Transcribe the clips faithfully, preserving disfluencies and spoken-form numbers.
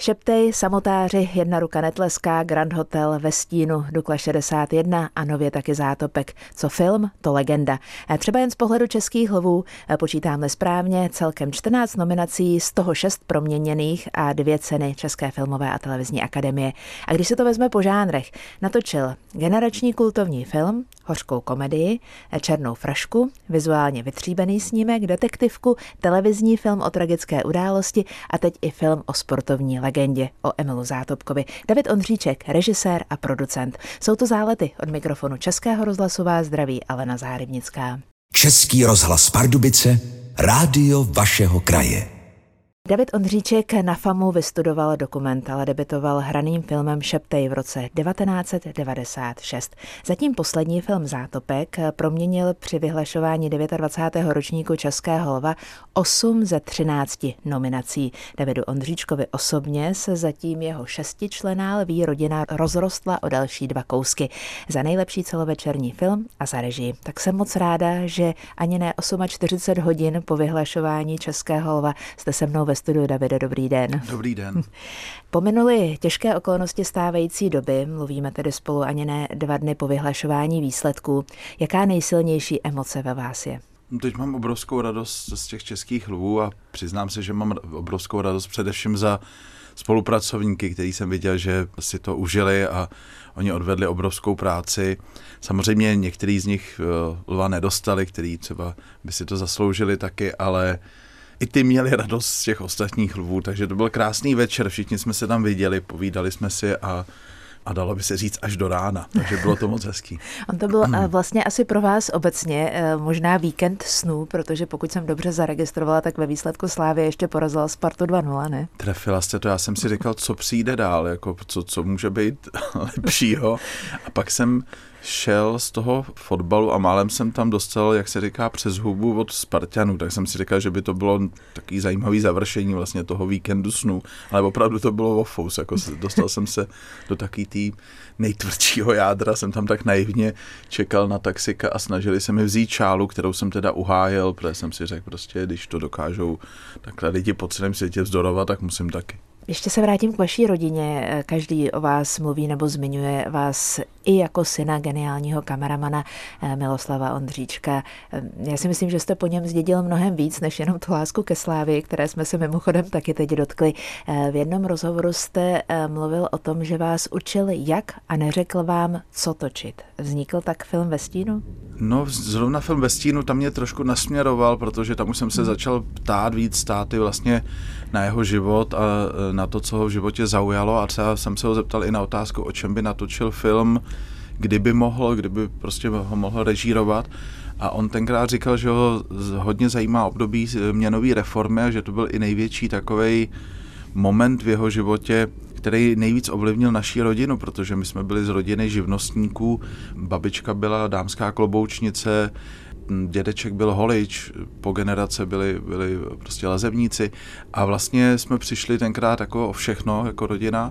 Šeptej, Samotáři, Jedna ruka netleská, Grand Hotel, Ve stínu, Dukla šedesát jedna a nově taky Zátopek. Co film, to legenda. Třeba jen z pohledu českých lvů, počítáme správně, celkem čtrnáct nominací, z toho šest proměněných a dvě ceny České filmové a televizní akademie. A když se to vezme po žánrech, natočil generační kultovní film, hořkou komedii, černou frašku, vizuálně vytříbený snímek, detektivku, televizní film o tragické události a teď i film o sportovní legendě, o Emilu Zátopkovi. David Ondříček, režisér a producent. Jsou to zálety. Od mikrofonu Českého rozhlasu vás zdraví Alena Zárybnická. Český rozhlas Pardubice, rádio vašeho kraje. David Ondříček na FAMu vystudoval dokument, ale debitoval hraným filmem Šeptej v roce devatenáct set devadesát šest. Zatím poslední film Zátopek proměnil při vyhlašování dvacátého devátého ročníku Českého lva osm ze třinácti nominací. Davidu Ondříčkovi osobně se zatím jeho šestičlenná lví rodina rozrostla o další dva kousky. Za nejlepší celovečerní film a za režii. Tak jsem moc ráda, že ani ne čtyřicet osm hodin po vyhlašování Českého lva jste se mnou ve studiu. Davide, dobrý den. Dobrý den. Pominuli těžké okolnosti stávající doby, mluvíme tedy spolu ani ne dva dny po vyhlašování výsledků. Jaká nejsilnější emoce ve vás je? Teď mám obrovskou radost z těch českých lvů a přiznám se, že mám obrovskou radost především za spolupracovníky, který jsem viděl, že si to užili a oni odvedli obrovskou práci. Samozřejmě některý z nich lva nedostali, který třeba by si to zasloužili taky, ale i ty měli radost z těch ostatních lvů, takže to byl krásný večer, všichni jsme se tam viděli, povídali jsme si a, a dalo by se říct až do rána, takže bylo to moc hezký. On to byl vlastně asi pro vás obecně možná víkend snů, protože pokud jsem dobře zaregistrovala, tak ve výsledku Slávie ještě porazila Spartu dva nula, ne? Trefila jste to, já jsem si říkal, co přijde dál, jako co, co může být lepšího a pak jsem šel z toho fotbalu a málem jsem tam dostal, jak se říká, přes hubu od Spartanů, tak jsem si říkal, že by to bylo takový zajímavý završení vlastně toho víkendu snů, ale opravdu to bylo ofous, jako dostal jsem se do takový tý nejtvrdšího jádra, jsem tam tak naivně čekal na taxika a snažili se mi vzít šálu, kterou jsem teda uhájel, protože jsem si řekl prostě, když to dokážou takhle lidi po celém světě vzdorovat, tak musím taky. Ještě se vrátím k vaší rodině. Každý o vás mluví nebo zmiňuje vás i jako syna geniálního kameramana Miloslava Ondříčka. Já si myslím, že jste po něm zdědil mnohem víc, než jenom tu lásku ke Slávii, které jsme se mimochodem taky teď dotkli. V jednom rozhovoru jste mluvil o tom, že vás učil jak a neřekl vám, co točit. Vznikl tak film Ve stínu? No, zrovna film Ve stínu tam mě trošku nasměroval, protože tam už jsem se hmm. začal ptát víc státy vlastně na jeho život a na to, co ho v životě zaujalo a třeba jsem se ho zeptal i na otázku, o čem by natočil film, kdyby mohl, kdyby prostě ho mohl režírovat. A on tenkrát říkal, že ho hodně zajímá období měnové reformy a že to byl i největší takovej moment v jeho životě, který nejvíc ovlivnil naší rodinu, protože my jsme byli z rodiny živnostníků, babička byla dámská kloboučnice, dědeček byl holič, po generace byli, byli prostě lazebníci a vlastně jsme přišli tenkrát jako o všechno jako rodina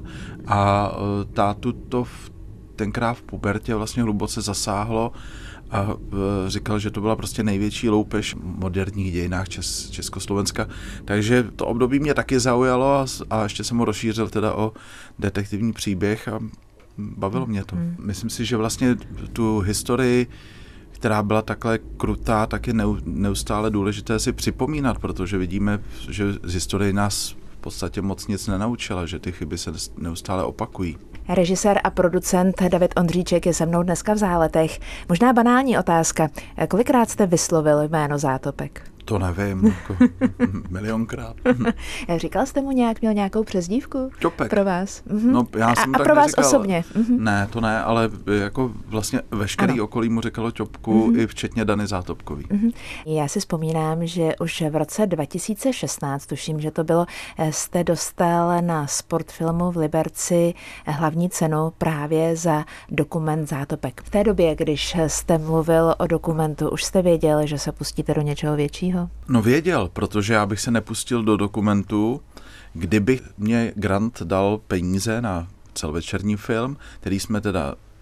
a tátu to v, tenkrát v pubertě vlastně hluboce zasáhlo a říkal, že to byla prostě největší loupež v moderních dějinách Čes, Československa. Takže to období mě taky zaujalo a, a ještě jsem ho rozšířil teda o detektivní příběh a bavilo mě to. Myslím si, že vlastně tu historii, která byla takhle krutá, tak je neustále důležité si připomínat, protože vidíme, že z historie nás v podstatě moc nic nenaučila, že ty chyby se neustále opakují. Režisér a producent David Ondříček je se mnou dneska v Záletech. Možná banální otázka. Kolikrát jste vyslovil jméno Zátopek? To nevím, jako milionkrát. Říkal jste mu nějak, měl nějakou přezdívku? Čopek. Pro vás? Mhm. No, já jsem a, tak a pro vás neříkal, osobně? Mhm. Ne, to ne, ale jako vlastně veškerý ano. okolí mu říkalo Čopku, mhm. i včetně Dany Zátopkový. Mhm. Já si vzpomínám, že už v roce dva tisíce šestnáct, tuším, že to bylo, jste dostal na Sportfilmu v Liberci hlavní cenu právě za dokument Zátopek. V té době, když jste mluvil o dokumentu, už jste věděl, že se pustíte do něčeho většího? No věděl, protože já bych se nepustil do dokumentu, kdyby mě Grant dal peníze na celovečerní film, který jsme teda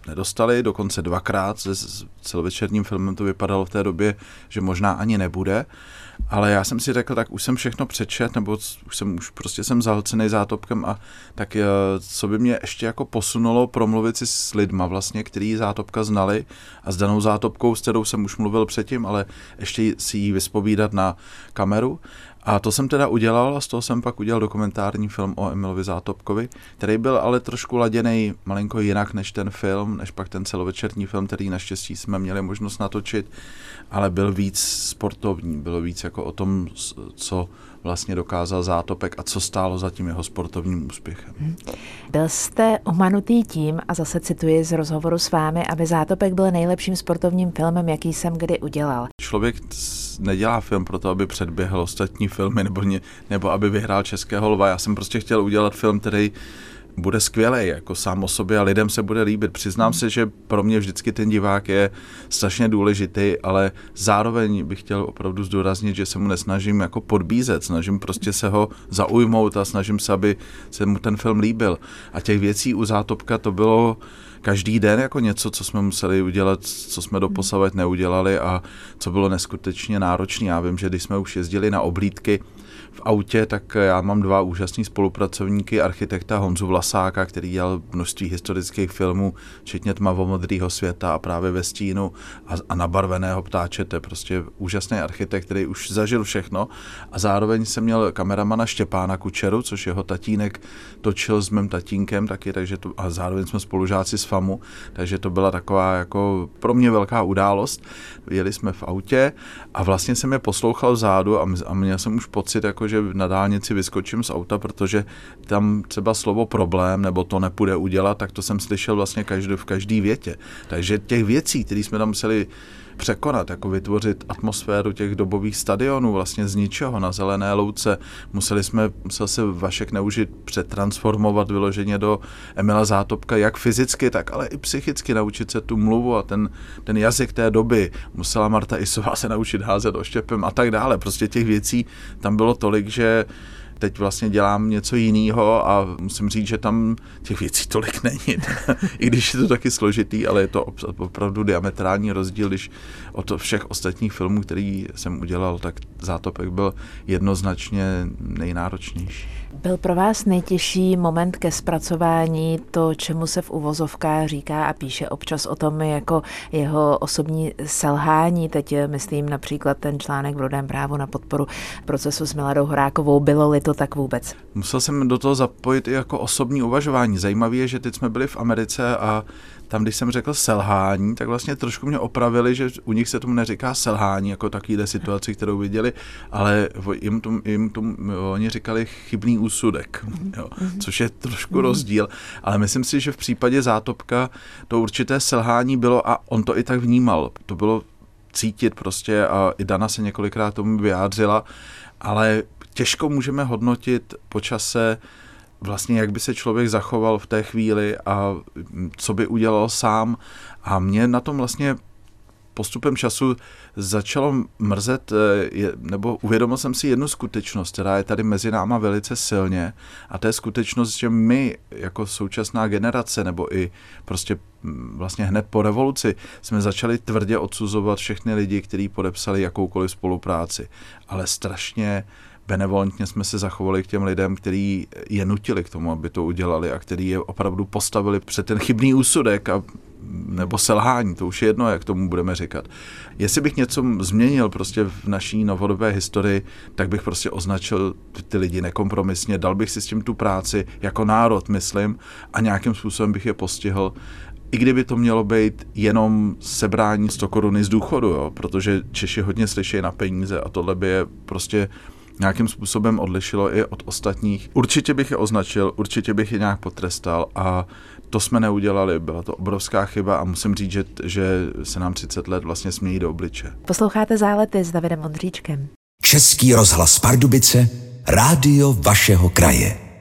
nedostali, dokonce dvakrát. Se celovečerním filmem to vypadalo v té době, že možná ani nebude. Ale já jsem si řekl, tak už jsem všechno přečet, nebo už jsem už prostě jsem zahlcený Zátopkem a tak co by mě ještě jako posunulo promluvit si s lidma vlastně, který Zátopka znali a s danou Zátopkou, s kterou jsem už mluvil předtím, ale ještě si ji vyspovídat na kameru. A to jsem teda udělal a z toho jsem pak udělal dokumentární film o Emilovi Zátopkovi, který byl ale trošku laděnej malinko jinak než ten film, než pak ten celovečerní film, který naštěstí jsme měli možnost natočit, ale byl víc sportovní, byl víc jako o tom, co vlastně dokázal Zátopek a co stálo za tím jeho sportovním úspěchem. Hmm. Byl jste omanutý tím, a zase cituji z rozhovoru s vámi, aby Zátopek byl nejlepším sportovním filmem, jaký jsem kdy udělal. Člověk nedělá film proto, aby předběhl ostatní filmy nebo, ně, nebo aby vyhrál Českého lva. Já jsem prostě chtěl udělat film, který bude skvělej, jako sám o sobě a lidem se bude líbit. Přiznám se, že pro mě vždycky ten divák je strašně důležitý, ale zároveň bych chtěl opravdu zdůraznit, že se mu nesnažím jako podbízet, snažím prostě se ho zaujmout a snažím se, aby se mu ten film líbil. A těch věcí u Zátopka to bylo každý den jako něco, co jsme museli udělat, co jsme doposavad neudělali a co bylo neskutečně náročné. Já vím, že když jsme už jezdili na oblídky v autě, tak já mám dva úžasný spolupracovníky, architekta Honzu Vlasáka, který dělal množství historických filmů, včetně Tmavomodrýho světa a právě Ve stínu a, a Nabarveného ptáče. To je prostě úžasný architekt, který už zažil všechno. A zároveň jsem měl kameramana Štěpána Kučeru, což jeho tatínek točil s mým tatínkem taky, takže to, a zároveň jsme spolužáci z FAMu, takže to byla taková jako pro mě velká událost. Jeli jsme v autě a vlastně jsem je poslouchal vzadu a, a měl jsem už pocit, jako že na dálnici vyskočím z auta, protože tam třeba slovo problém nebo to nepůjde udělat, tak to jsem slyšel vlastně každý, v každý větě. Takže těch věcí, které jsme tam museli překonat, jako vytvořit atmosféru těch dobových stadionů vlastně z ničeho na zelené louce. Museli jsme, musel se Vašek Neužit přetransformovat vyloženě do Emila Zátopka, jak fyzicky, tak ale i psychicky naučit se tu mluvu a ten, ten jazyk té doby. Musela Marta Isová se naučit házet oštěpem a tak dále. Prostě těch věcí tam bylo tolik, že teď vlastně dělám něco jiného a musím říct, že tam těch věcí tolik není. I když je to taky složitý, ale je to opravdu diametrální rozdíl, když od všech ostatních filmů, který jsem udělal, tak Zátopek byl jednoznačně nejnáročnější. Byl pro vás nejtěžší moment ke zpracování to, čemu se v uvozovkách říká a píše občas o tom jako jeho osobní selhání? Teď myslím například ten článek v Rudém právu na podporu procesu s Miladou Horákovou. Bylo-li to tak vůbec? Musel jsem do toho zapojit i jako osobní uvažování. Zajímavé je, že teď jsme byli v Americe a tam, když jsem řekl selhání, tak vlastně trošku mě opravili, že u nich se tomu neříká selhání, jako takovýhle situaci, kterou viděli, ale jim tomu, jim tomu oni říkali chybný úsudek, jo, což je trošku rozdíl, ale myslím si, že v případě Zátopka to určité selhání bylo a on to i tak vnímal. To bylo cítit prostě a i Dana se několikrát tomu vyjádřila, ale těžko můžeme hodnotit po čase vlastně, jak by se člověk zachoval v té chvíli a co by udělal sám. A mě na tom vlastně postupem času začalo mrzet, nebo uvědomil jsem si jednu skutečnost, která je tady mezi náma velice silně, a to je skutečnost, že my jako současná generace, nebo i prostě vlastně hned po revoluci jsme začali tvrdě odsuzovat všechny lidi, kteří podepsali jakoukoliv spolupráci, ale strašně benevolentně jsme se zachovali k těm lidem, kteří je nutili k tomu, aby to udělali a kteří je opravdu postavili před ten chybný úsudek a, nebo selhání, to už je jedno, jak tomu budeme říkat. Jestli bych něco změnil prostě v naší novodobé historii, tak bych prostě označil ty lidi nekompromisně, dal bych si s tím tu práci jako národ, myslím, a nějakým způsobem bych je postihl, i kdyby to mělo být jenom sebrání sto koruny z důchodu, jo? Protože Češi hodně slyší na peníze a tohle by je prostě nějakým způsobem odlišilo i od ostatních. Určitě bych je označil, určitě bych je nějak potrestal a to jsme neudělali. Byla to obrovská chyba a musím říct, že, že se nám třicet let vlastně smějí do obliče. Posloucháte Zálety s Davidem Ondříčkem. Český rozhlas Pardubice, rádio vašeho kraje.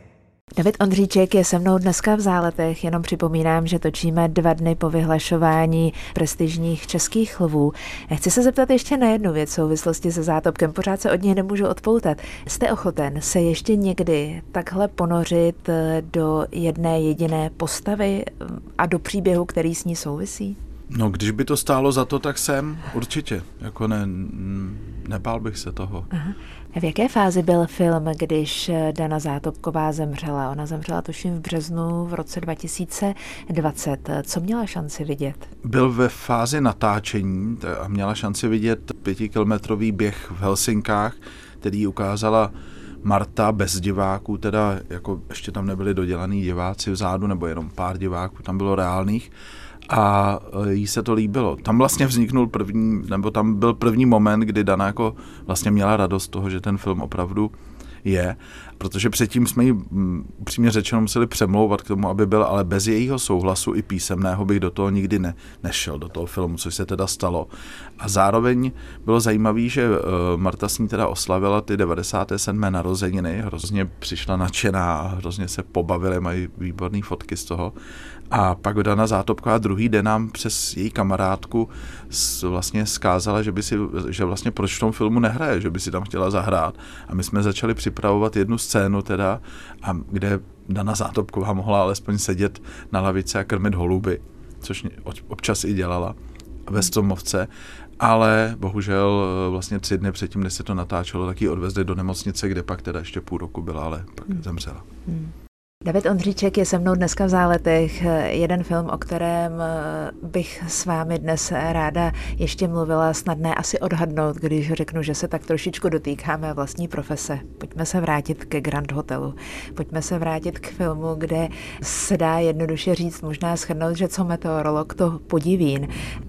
David Ondříček je se mnou dneska v Záletech, jenom připomínám, že točíme dva dny po vyhlašování prestižních českých lvů. Chci se zeptat ještě na jednu věc v souvislosti se Zátopkem, pořád se od něj nemůžu odpoutat. Jste ochoten se ještě někdy takhle ponořit do jedné jediné postavy a do příběhu, který s ní souvisí? No, když by to stálo za to, tak jsem, určitě. Jako ne, nebál bych se toho. Aha. V jaké fázi byl film, když Dana Zátopková zemřela? Ona zemřela tuším v březnu v roce dva tisíce dvacet. Co měla šanci vidět? Byl ve fázi natáčení a měla šanci vidět pětikilometrový běh v Helsinkách, který ukázala Marta bez diváků, teda jako ještě tam nebyli dodělaný diváci vzadu, nebo jenom pár diváků tam bylo reálných. A jí se to líbilo. Tam vlastně vzniknul první, nebo tam byl první moment, kdy Dana jako vlastně měla radost toho, že ten film opravdu je, protože předtím jsme ji upřímně řečeno museli přemlouvat k tomu, aby byl, ale bez jejího souhlasu i písemného bych do toho nikdy ne, nešel, do toho filmu, což se teda stalo. A zároveň bylo zajímavé, že Marta s ní teda oslavila ty devadesáté sedmé narozeniny, hrozně přišla nadšená a hrozně se pobavili, mají výborné fotky z toho. A pak Dana Zátopková druhý den nám přes její kamarádku vlastně zkázala, že by si, že vlastně proč v tom filmu nehraje, že by si tam chtěla zahrát. A my jsme začali připravovat jednu scénu teda, a kde Dana Zátopková mohla alespoň sedět na lavici a krmit holuby, což občas i dělala ve Stromovce. Ale bohužel vlastně tři dny předtím, než se to natáčelo, tak ji odvezli do nemocnice, kde pak teda ještě půl roku byla, ale pak hmm. zemřela. Hmm. David Ondříček je se mnou dneska v Záletech. Jeden film, o kterém bych s vámi dnes ráda ještě mluvila, snadné asi odhadnout, když řeknu, že se tak trošičku dotýkáme vlastní profese. Pojďme se vrátit ke Grand Hotelu. Pojďme se vrátit k filmu, kde se dá jednoduše říct, možná shrnout, že co meteorolog, to podivín.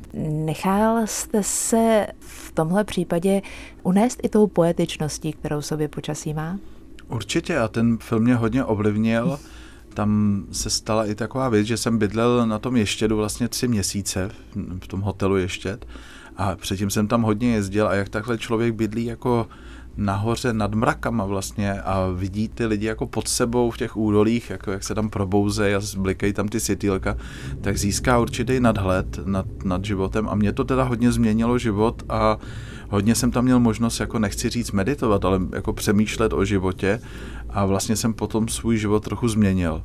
Nechal jste se v tomhle případě unést i tou poetičností, kterou sobě počasí má? Určitě, a ten film mě hodně ovlivnil. Tam se stala i taková věc, že jsem bydlel na tom Ještědu vlastně tři měsíce, v tom hotelu Ještěd, a předtím jsem tam hodně jezdil a jak takhle člověk bydlí jako nahoře nad mrakama vlastně a vidí ty lidi jako pod sebou v těch údolích, jako jak se tam probouzejí a zblikají tam ty světýlka, tak získá určitý nadhled nad, nad životem a mě to teda hodně změnilo život a hodně jsem tam měl možnost, jako nechci říct meditovat, ale jako přemýšlet o životě a vlastně jsem potom svůj život trochu změnil.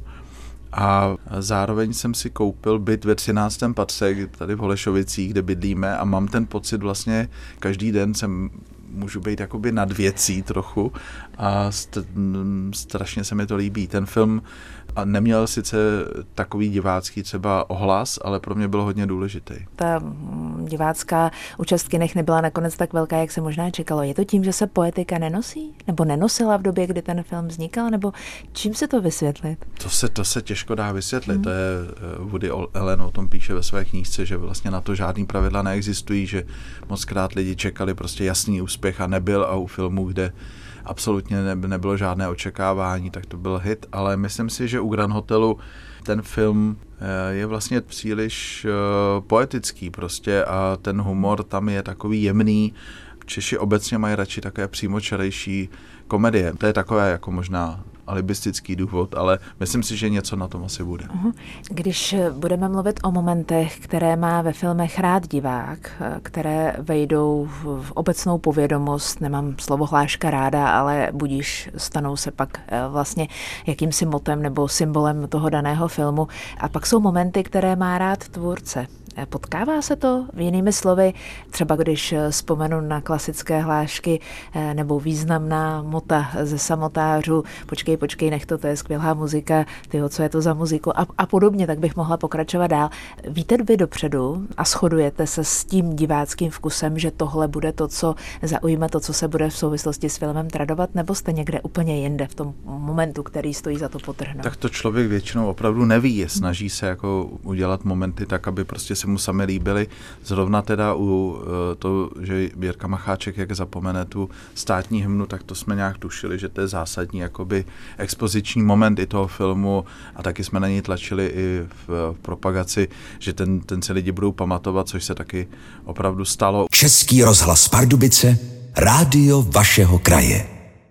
A zároveň jsem si koupil byt ve třináctém patře tady v Holešovicích, kde bydlíme a mám ten pocit vlastně, každý den jsem můžu být jakoby nad věcí trochu a st- strašně se mi to líbí. Ten film neměl sice takový divácký třeba ohlas, ale pro mě byl hodně důležitý. Ta divácká účast v kinech nebyla nakonec tak velká, jak se možná čekalo. Je to tím, že se poetika nenosí? Nebo nenosila v době, kdy ten film vznikal? Nebo čím se to vysvětlit? To se, to se těžko dá vysvětlit. Hmm. To je Woody Allen o tom píše ve své knížce, že vlastně na to žádný pravidla neexistují, že mockrát lidi čekali prostě jasný úspěch a nebyl a u filmu, kde absolutně nebylo žádné očekávání, tak to byl hit, ale myslím si, že u Grand Hotelu ten film je vlastně příliš poetický prostě a ten humor tam je takový jemný. Češi obecně mají radši také přímočarejší komedie. To je takové jako možná alibistický důvod, ale myslím si, že něco na tom asi bude. Když budeme mluvit o momentech, které má ve filmech rád divák, které vejdou v obecnou povědomost, nemám slovo hláška ráda, ale budíš, stanou se pak vlastně jakýmsi motem nebo symbolem toho daného filmu. A pak jsou momenty, které má rád tvůrce. Potkává se to? Jinými slovy, třeba když vzpomenu na klasické hlášky nebo významná mota ze samotářů, počkej, počkej, nech to, to je skvělá muzika, tyjo, co je to za muziku a, a podobně, tak bych mohla pokračovat dál. Víte vy dopředu a shodujete se s tím diváckým vkusem, že tohle bude to, co zaujme, to, co se bude v souvislosti s filmem tradovat, nebo jste někde úplně jinde v tom momentu, který stojí za to potrhnout? Tak to člověk většinou opravdu neví, snaží se jako udělat momenty tak, aby prostě se mu sami líbily. Zrovna teda u to, že Jirka Macháček, jak zapomene tu státní hymnu, tak to jsme nějak tušili, že to je zásadní jakoby expoziční moment i toho filmu a taky jsme na něj tlačili i v, v propagaci, že ten, ten se lidi budou pamatovat, což se taky opravdu stalo. Český rozhlas Pardubice, rádio vašeho kraje.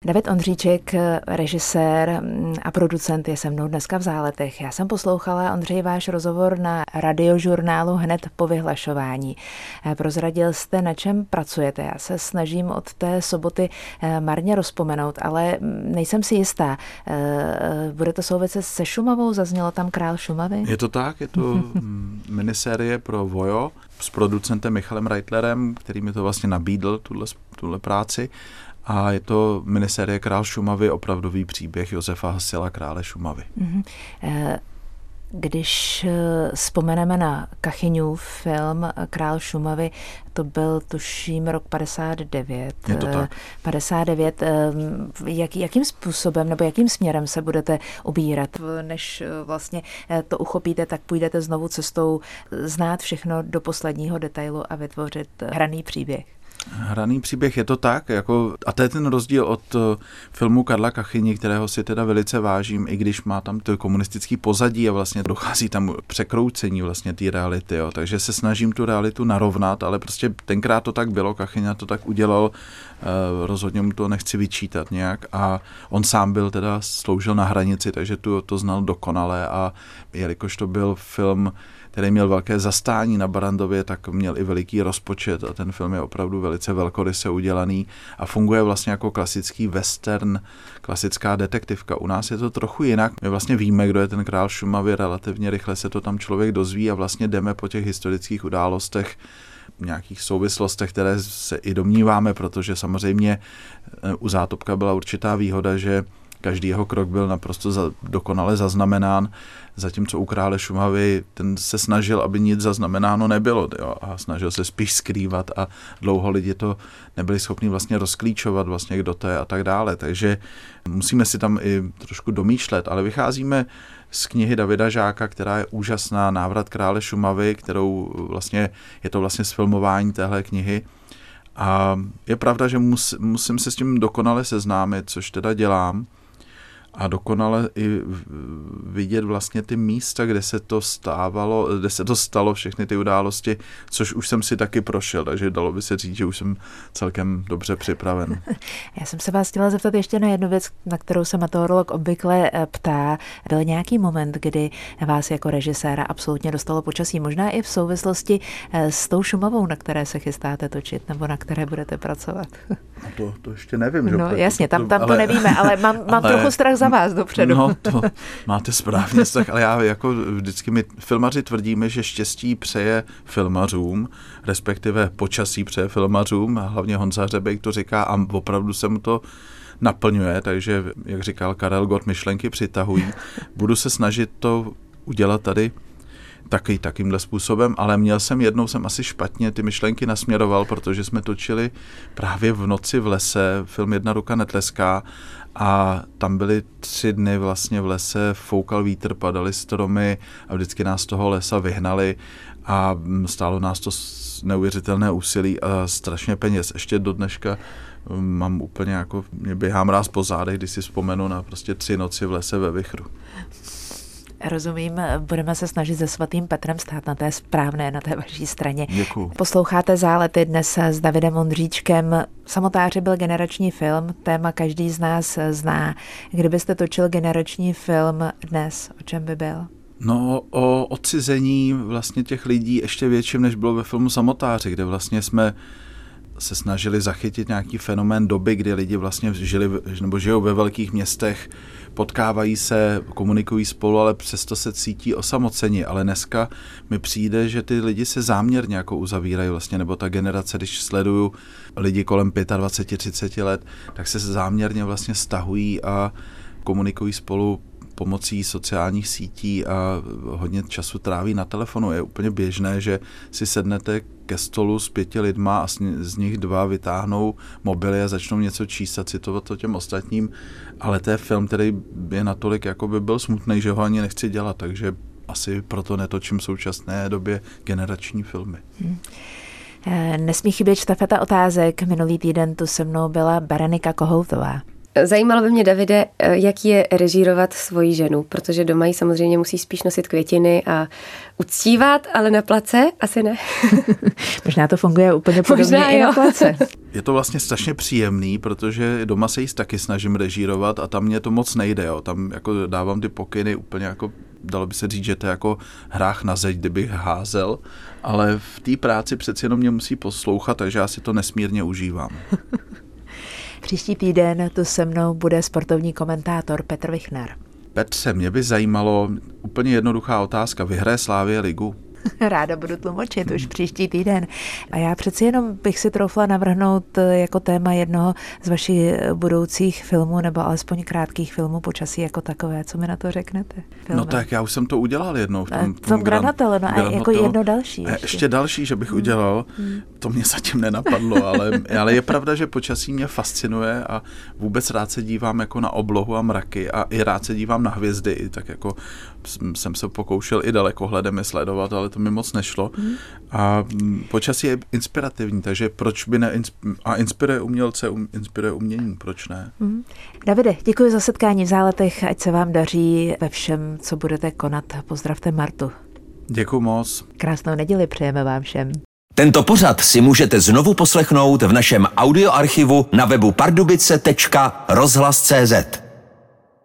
David Ondříček, režisér a producent, je se mnou dneska v Záletech. Já jsem poslouchala, Ondřej, váš rozhovor na Radiožurnálu hned po vyhlašování. Prozradil jste, na čem pracujete. Já se snažím od té soboty marně rozpomenout, ale nejsem si jistá. Bude to souviset se Šumavou? Zaznělo tam Král Šumavy? Je to tak, je to minisérie pro Vojo s producentem Michalem Reitlerem, který mi to vlastně nabídl, tuhle, tuhle práci. A je to minisérie Král Šumavy, opravdový příběh Josefa Hasila, krále Šumavy. Když vzpomeneme na Kachyňův film Král Šumavy, to byl tuším rok padesát devět. Je to tak. padesát devět. Jak, jakým způsobem nebo jakým směrem se budete ubírat? Než vlastně to uchopíte, tak půjdete znovu cestou znát všechno do posledního detailu a vytvořit hraný příběh. Hraný příběh, je to tak, jako, a to je ten rozdíl od uh, filmu Karla Kachyni, kterého si teda velice vážím, i když má tam to komunistický pozadí a vlastně dochází tam překroucení vlastně té reality, jo. Takže se snažím tu realitu narovnat, ale prostě tenkrát to tak bylo, Kachyňa to tak udělal, uh, rozhodně mu to nechci vyčítat nějak a on sám byl teda, sloužil na hranici, takže tu, to znal dokonale a jelikož to byl film, který měl velké zastání na Barrandově, tak měl i veliký rozpočet a ten film je opravdu velice velkoryse udělaný a funguje vlastně jako klasický western, klasická detektivka. U nás je to trochu jinak. My vlastně víme, kdo je ten král Šumavy, relativně rychle se to tam člověk dozví a vlastně jdeme po těch historických událostech, nějakých souvislostech, které se i domníváme, protože samozřejmě u Zátopka byla určitá výhoda, že každý jeho krok byl naprosto za, dokonale zaznamenán, zatímco u krále Šumavy ten se snažil, aby nic zaznamenáno nebylo, jo, a snažil se spíš skrývat a dlouho lidi to nebyli schopni vlastně rozklíčovat, vlastně kdo to je a tak dále. Takže musíme si tam i trošku domýšlet, ale vycházíme z knihy Davida Žáka, která je úžasná, Návrat krále Šumavy, kterou vlastně, je to vlastně sfilmování téhle knihy. A je pravda, že mus, musím se s tím dokonale seznámit, což teda dělám. A dokonale i vidět vlastně ty místa, kde se to stávalo, kde se to stalo, všechny ty události, což už jsem si taky prošel, takže dalo by se říct, že už jsem celkem dobře připraven. Já jsem se vás chtěla zeptat ještě na jednu věc, na kterou se meteorolog obvykle ptá. Byl nějaký moment, kdy vás jako režiséra absolutně dostalo počasí, možná i v souvislosti s tou Šumavou, na které se chystáte točit, nebo na které budete pracovat? No to, to ještě nevím. No že? jasně, tam, tam ale, to nevíme, ale mám, mám ale, trochu strach za vás dopředu. No to máte správně strach, ale já jako vždycky my filmaři tvrdíme, že štěstí přeje filmařům, respektive počasí přeje filmařům, a hlavně Honza Hřebejk to říká a opravdu se mu to naplňuje, takže jak říkal Karel Gott, myšlenky přitahují. Budu se snažit to udělat tady taky takýmhle způsobem, ale měl jsem jednou, jsem asi špatně ty myšlenky nasměroval, protože jsme točili právě v noci v lese, film Jedna ruka netleská a tam byly tři dny vlastně v lese, foukal vítr, padaly stromy a vždycky nás z toho lesa vyhnali a stálo nás to neuvěřitelné úsilí a strašně peněz. Ještě do dneška mám úplně jako, mě běhám ráz po zádech, když si vzpomenu na prostě tři noci v lese ve vichru. Rozumím, budeme se snažit se svatým Petrem stát na té správné, na té vaší straně. Děkuju. Posloucháte Zálety dnes s Davidem Ondříčkem. Samotáři byl generační film, téma každý z nás zná. Kdybyste točil generační film dnes, o čem by byl? No o odcizení vlastně těch lidí ještě větším, než bylo ve filmu Samotáři, kde vlastně jsme se snažili zachytit nějaký fenomén doby, kdy lidi vlastně žili nebo žijou ve velkých městech, potkávají se, komunikují spolu, ale přesto se cítí osamoceni. Ale dneska mi přijde, že ty lidi se záměrně jako uzavírají vlastně, nebo ta generace, když sleduju lidi kolem dvacet pět třicet let, tak se záměrně vlastně stahují a komunikují spolu pomocí sociálních sítí a hodně času tráví na telefonu. Je úplně běžné, že si sednete ke stolu s pěti lidma a z nich dva vytáhnou mobily a začnou něco číst a citovat to těm ostatním, ale to je film, který je natolik jako by byl smutný, že ho ani nechci dělat, takže asi proto netočím v současné době generační filmy. Hmm. Nesmí chybět štafeta otázek. Minulý týden tu se mnou byla Berenika Kohoutová. Zajímalo by mě, Davide, jak je režírovat svoji ženu, protože doma jí samozřejmě musí spíš nosit květiny a uctívat, ale na place asi ne. Možná to funguje úplně podobně Možná, i jo. na place. Je to vlastně strašně příjemný, protože doma se jí taky snažím režírovat a tam mě to moc nejde. Jo. Tam jako dávám ty pokyny úplně jako, dalo by se říct, že to je jako hrách na zeď, kdybych házel, ale v té práci přeci jenom mě musí poslouchat, takže já si to nesmírně užívám. Příští týden tu se mnou bude sportovní komentátor Petr Vichner. Petře, mě by zajímalo úplně jednoduchá otázka. Vyhraje Slavia ligu? Ráda budu tlumočit už příští týden. A já přeci jenom bych si troufla navrhnout jako téma jednoho z vašich budoucích filmů, nebo alespoň krátkých filmů Počasí jako takové. Co mi na to řeknete? Filmy. No tak já už jsem to udělal jednou. V tom, v tom Grand Hotelu, no a jako jedno další. Ještě. ještě další, že bych hmm. udělal. Hmm. To mě zatím nenapadlo, ale, ale je pravda, že počasí mě fascinuje a vůbec rád se dívám jako na oblohu a mraky a i rád se dívám na hvězdy, tak jako jsem se pokoušel i dalekohledem je sledovat, ale to mi moc nešlo. Hmm. A počasí je inspirativní, takže proč by ne, a inspiruje umělce, um, inspiruje umění, proč ne? Hmm. Davide, děkuji za setkání v Záletech, ať se vám daří ve všem, co budete konat. Pozdravte Martu. Děkuji moc. Krásnou neděli přejeme vám všem. Tento pořad si můžete znovu poslechnout v našem audioarchivu na webu pardubice tečka rozhlas tečka cé zet.